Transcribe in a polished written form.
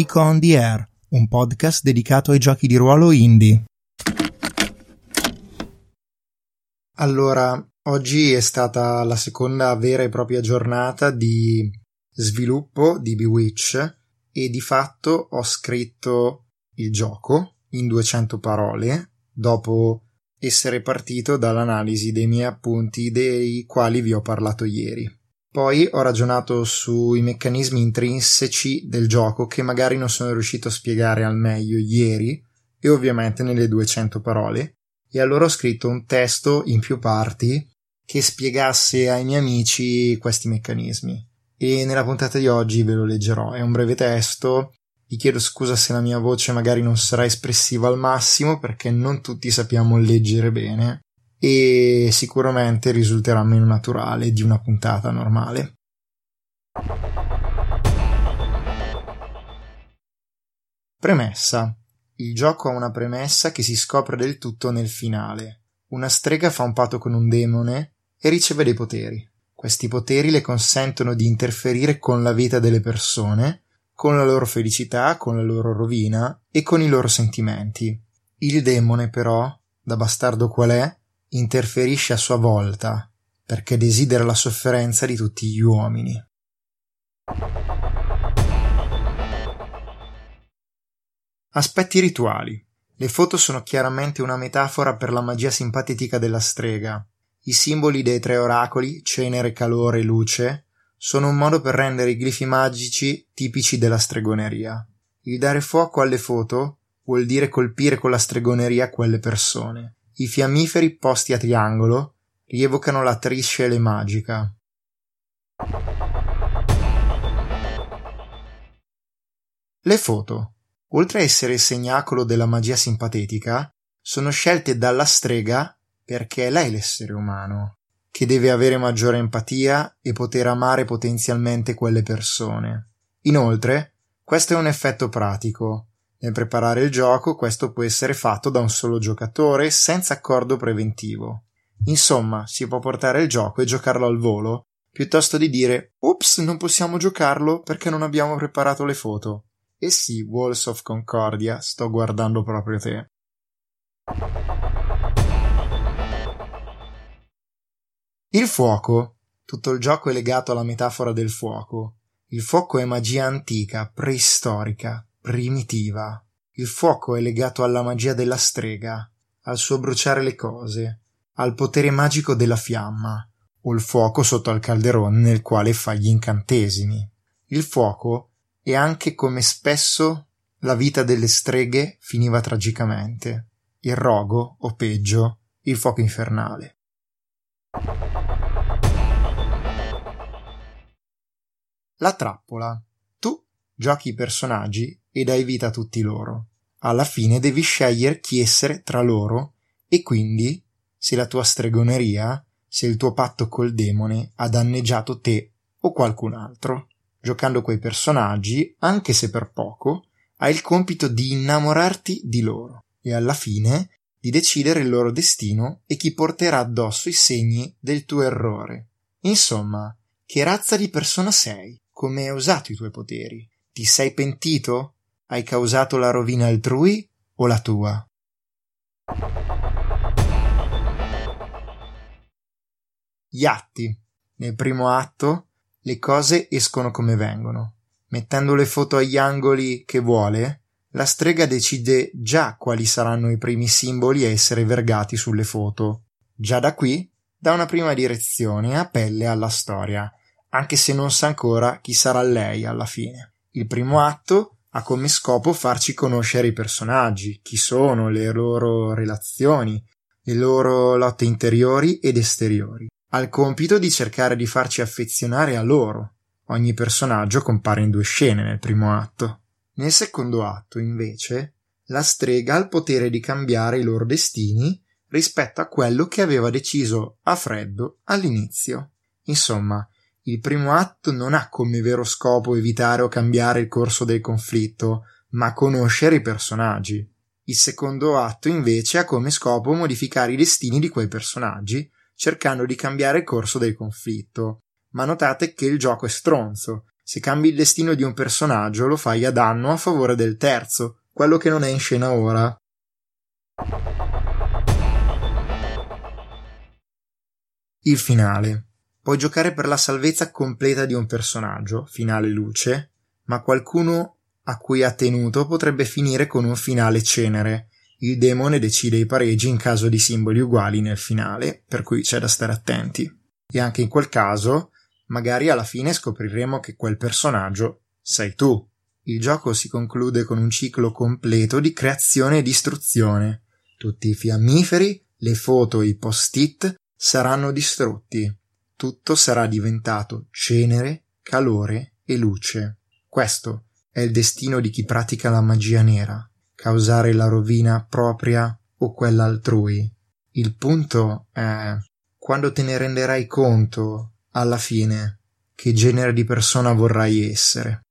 Nico on the Air, un podcast dedicato ai giochi di ruolo indie. Allora, oggi è stata la seconda vera e propria giornata di sviluppo di Bewitch e di fatto ho scritto il gioco in 200 parole dopo essere partito dall'analisi dei miei appunti dei quali vi ho parlato ieri. Poi ho ragionato sui meccanismi intrinseci del gioco che magari non sono riuscito a spiegare al meglio ieri e ovviamente nelle 200 parole, e allora ho scritto un testo in più parti che spiegasse ai miei amici questi meccanismi e nella puntata di oggi ve lo leggerò. È un breve testo, vi chiedo scusa se la mia voce magari non sarà espressiva al massimo perché non tutti sappiamo leggere bene e sicuramente risulterà meno naturale di una puntata normale. Premessa. Il gioco ha una premessa che si scopre del tutto nel finale. Una strega fa un patto con un demone e riceve dei poteri. Questi poteri le consentono di interferire con la vita delle persone, con la loro felicità, con la loro rovina e con i loro sentimenti. Il demone, però, da bastardo qual è, interferisce a sua volta, perché desidera la sofferenza di tutti gli uomini. Aspetti rituali. Le foto sono chiaramente una metafora per la magia simpatetica della strega. I simboli dei 3 oracoli, cenere, calore e luce, sono un modo per rendere i glifi magici tipici della stregoneria. Il dare fuoco alle foto vuol dire colpire con la stregoneria quelle persone. I fiammiferi posti a triangolo rievocano la triscele magica. Le foto, oltre a essere il segnacolo della magia simpatetica, sono scelte dalla strega perché è lei l'essere umano, che deve avere maggiore empatia e poter amare potenzialmente quelle persone. Inoltre, questo è un effetto pratico. Nel preparare il gioco questo può essere fatto da un solo giocatore senza accordo preventivo. Insomma, si può portare il gioco e giocarlo al volo, piuttosto di dire «Ups, non possiamo giocarlo perché non abbiamo preparato le foto». E sì, Walls of Concordia, sto guardando proprio te. Il fuoco. Tutto il gioco è legato alla metafora del fuoco. Il fuoco è magia antica, preistorica, primitiva. Il fuoco è legato alla magia della strega, al suo bruciare le cose, al potere magico della fiamma, o il fuoco sotto al calderone nel quale fa gli incantesimi. Il fuoco è anche come spesso la vita delle streghe finiva tragicamente. Il rogo, o peggio, il fuoco infernale. La trappola. Tu giochi i personaggi e dai vita a tutti loro. Alla fine devi scegliere chi essere tra loro e quindi se la tua stregoneria, se il tuo patto col demone ha danneggiato te o qualcun altro. Giocando quei personaggi, anche se per poco, hai il compito di innamorarti di loro e alla fine di decidere il loro destino e chi porterà addosso i segni del tuo errore. Insomma, che razza di persona sei? Come hai usato i tuoi poteri? Ti sei pentito? Hai causato la rovina altrui o la tua? Gli atti. Nel primo atto le cose escono come vengono. Mettendo le foto agli angoli che vuole, la strega decide già quali saranno i primi simboli a essere vergati sulle foto. Già da qui dà una prima direzione a pelle alla storia, anche se non sa ancora chi sarà lei alla fine. Il primo atto ha come scopo farci conoscere i personaggi, chi sono, le loro relazioni, le loro lotte interiori ed esteriori. Ha il compito di cercare di farci affezionare a loro. Ogni personaggio compare in 2 scene nel primo atto. Nel secondo atto, invece, la strega ha il potere di cambiare i loro destini rispetto a quello che aveva deciso a freddo all'inizio. Insomma, il primo atto non ha come vero scopo evitare o cambiare il corso del conflitto, ma conoscere i personaggi. Il secondo atto, invece, ha come scopo modificare i destini di quei personaggi, cercando di cambiare il corso del conflitto. Ma notate che il gioco è stronzo, Se cambi il destino di un personaggio, lo fai a danno a favore del terzo, quello che non è in scena ora. Il finale. Puoi giocare per la salvezza completa di un personaggio, finale luce, ma qualcuno a cui ha tenuto potrebbe finire con un finale cenere. Il demone decide i pareggi in caso di simboli uguali nel finale, per cui c'è da stare attenti. E anche in quel caso, magari alla fine scopriremo che quel personaggio sei tu. Il gioco si conclude con un ciclo completo di creazione e distruzione. Tutti i fiammiferi, le foto e i post-it saranno distrutti. Tutto sarà diventato cenere, calore e luce. Questo è il destino di chi pratica la magia nera, causare la rovina propria o quella altrui. Il punto è quando te ne renderai conto, alla fine, che genere di persona vorrai essere.